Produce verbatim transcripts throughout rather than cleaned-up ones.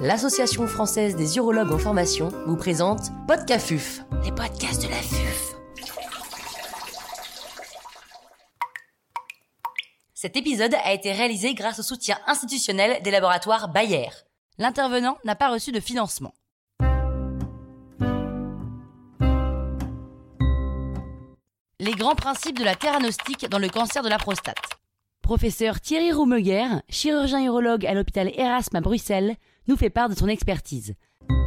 l'Association française des urologues en formation vous présente Podcafuf, les podcasts de la F U F. Cet épisode a été réalisé grâce au soutien institutionnel des laboratoires Bayer. L'intervenant n'a pas reçu de financement. Les grands principes de la theranostique dans le cancer de la prostate. Professeur Thierry Roumeguer, chirurgien urologue à l'hôpital Erasme à Bruxelles, nous fait part de son expertise.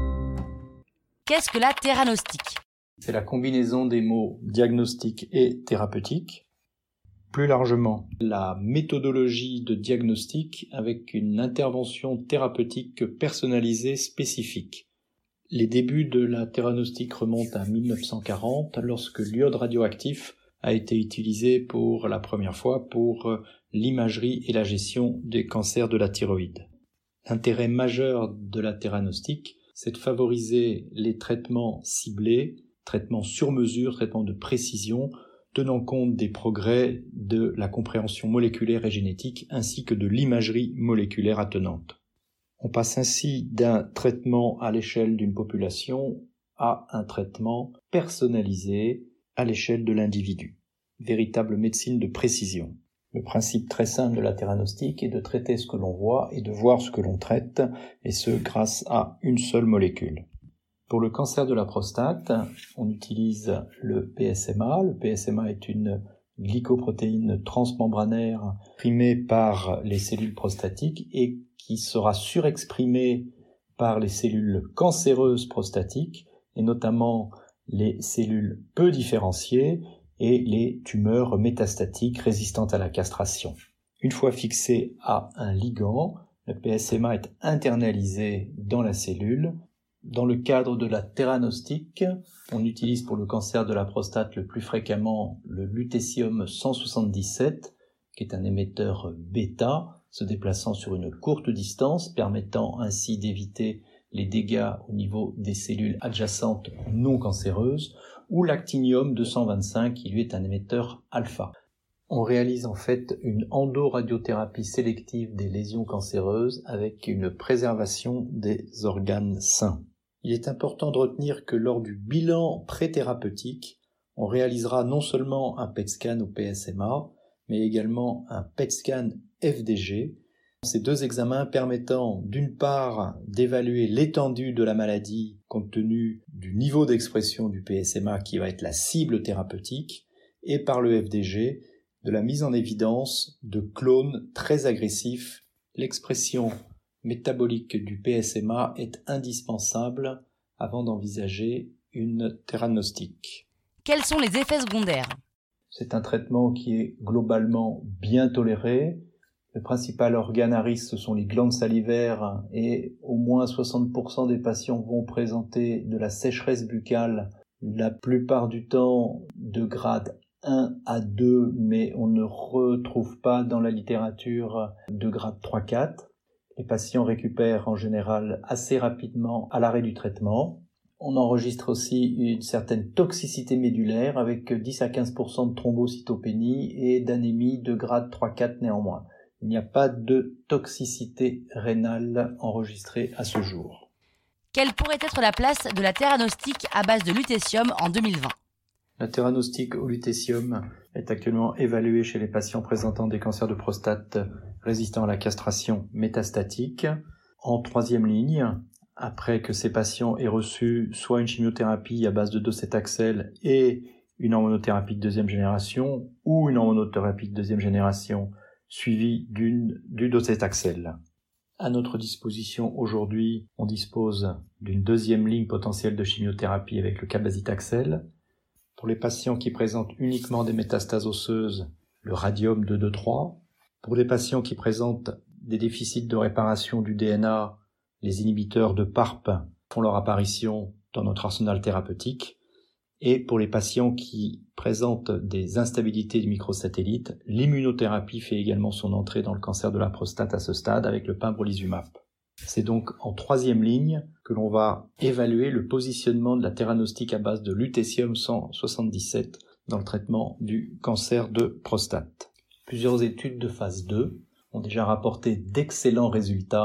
Qu'est-ce que la theranostique ? C'est la combinaison des mots diagnostic et thérapeutique. Plus largement, la méthodologie de diagnostic avec une intervention thérapeutique personnalisée spécifique. Les débuts de la theranostique remontent à mille neuf cent quarante, lorsque l'iode radioactif a été utilisé pour la première fois pour l'imagerie et la gestion des cancers de la thyroïde. L'intérêt majeur de la theranostique, c'est de favoriser les traitements ciblés, traitements sur mesure, traitements de précision, tenant compte des progrès de la compréhension moléculaire et génétique ainsi que de l'imagerie moléculaire attenante. On passe ainsi d'un traitement à l'échelle d'une population à un traitement personnalisé à l'échelle de l'individu. Véritable médecine de précision. Le principe très simple de la theranostique est de traiter ce que l'on voit et de voir ce que l'on traite, et ce grâce à une seule molécule. Pour le cancer de la prostate, on utilise le P S M A. Le P S M A est une glycoprotéine transmembranaire exprimée par les cellules prostatiques et qui sera surexprimée par les cellules cancéreuses prostatiques, et notamment les cellules peu différenciées et les tumeurs métastatiques résistantes à la castration. Une fois fixé à un ligand, le P S M A est internalisé dans la cellule. Dans le cadre de la theranostique, on utilise pour le cancer de la prostate le plus fréquemment le lutécium cent soixante-dix-sept, qui est un émetteur bêta, se déplaçant sur une courte distance, permettant ainsi d'éviter les dégâts au niveau des cellules adjacentes non cancéreuses, ou l'actinium deux cent vingt-cinq, qui lui est un émetteur alpha. On réalise en fait une endoradiothérapie sélective des lésions cancéreuses avec une préservation des organes sains. Il est important de retenir que lors du bilan pré-thérapeutique, on réalisera non seulement un P E T scan ou P S M A, mais également un P E T scan F D G. Ces deux examens permettant d'une part d'évaluer l'étendue de la maladie compte tenu du niveau d'expression du P S M A qui va être la cible thérapeutique, et par le F D G de la mise en évidence de clones très agressifs. L'expression métabolique du P S M A est indispensable avant d'envisager une theranostique. Quels sont les effets secondaires ? C'est un traitement qui est globalement bien toléré. Le principal organe à risque, ce sont les glandes salivaires, et au moins soixante pour cent des patients vont présenter de la sécheresse buccale, la plupart du temps de grade un à deux, mais on ne retrouve pas dans la littérature de grade trois quatre. Les patients récupèrent en général assez rapidement à l'arrêt du traitement. On enregistre aussi une certaine toxicité médulaire avec dix à quinze pour cent de thrombocytopénie et d'anémie de grade trois quatre néanmoins. Il n'y a pas de toxicité rénale enregistrée à ce jour. Quelle pourrait être la place de la theranostique à base de lutécium en deux mille vingt ? La theranostique au lutécium est actuellement évaluée chez les patients présentant des cancers de prostate résistants à la castration métastatique en troisième ligne, après que ces patients aient reçu soit une chimiothérapie à base de docétaxel et une hormonothérapie de deuxième génération, ou une hormonothérapie de deuxième génération suivie d'une, du docétaxel. À notre disposition aujourd'hui, on dispose d'une deuxième ligne potentielle de chimiothérapie avec le cabazitaxel. Pour les patients qui présentent uniquement des métastases osseuses, le radium deux deux trois. Pour les patients qui présentent des déficits de réparation du D N A, les inhibiteurs de P A R P font leur apparition dans notre arsenal thérapeutique. Et pour les patients qui présentent des instabilités du microsatellite, l'immunothérapie fait également son entrée dans le cancer de la prostate à ce stade avec le pembrolizumab. C'est donc en troisième ligne que l'on va évaluer le positionnement de la theranostique à base de lutécium cent soixante-dix-sept dans le traitement du cancer de prostate. Plusieurs études de phase deux ont déjà rapporté d'excellents résultats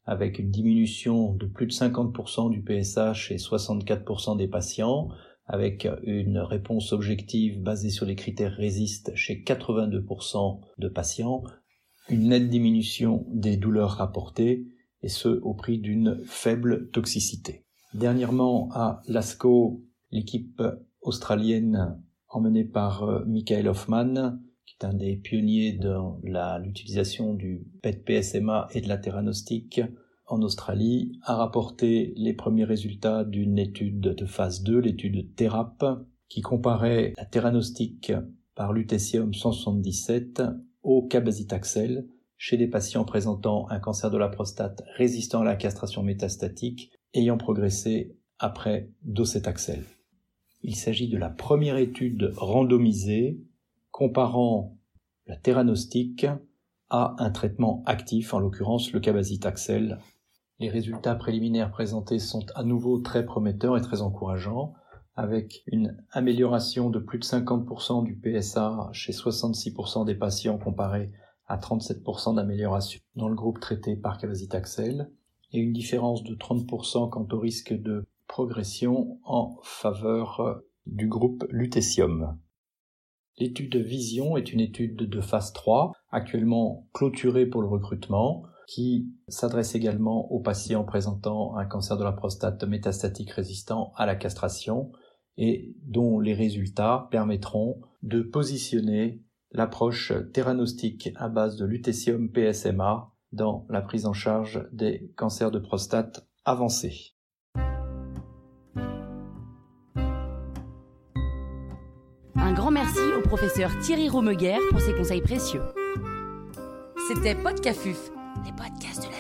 avec une diminution de plus de cinquante pour cent du P S A chez soixante-quatre pour cent des patients, avec une réponse objective basée sur les critères RESIST chez quatre-vingt-deux pour cent de patients, une nette diminution des douleurs rapportées, et ce au prix d'une faible toxicité. Dernièrement, à l'ASCO, l'équipe australienne emmenée par Michael Hoffman, qui est un des pionniers dans la, l'utilisation du P E T P S M A et de la theranostique en Australie, a rapporté les premiers résultats d'une étude de phase deux, l'étude THERAP, qui comparait la theranostique par lutetium cent soixante-dix-sept au cabazitaxel chez des patients présentant un cancer de la prostate résistant à la castration métastatique ayant progressé après docétaxel. Il s'agit de la première étude randomisée comparant la theranostique à un traitement actif, en l'occurrence le cabazitaxel. Les résultats préliminaires présentés sont à nouveau très prometteurs et très encourageants, avec une amélioration de plus de cinquante pour cent du P S A chez soixante-six pour cent des patients comparé à trente-sept pour cent d'amélioration dans le groupe traité par cabazitaxel, et une différence de trente pour cent quant au risque de progression en faveur du groupe lutetium. L'étude Vision est une étude de phase trois, actuellement clôturée pour le recrutement, qui s'adresse également aux patients présentant un cancer de la prostate métastatique résistant à la castration et dont les résultats permettront de positionner l'approche theranostique à base de lutetium P S M A dans la prise en charge des cancers de prostate avancés. Un grand merci au professeur Thierry Romeguer pour ses conseils précieux. C'était Podcafuf, les podcasts de la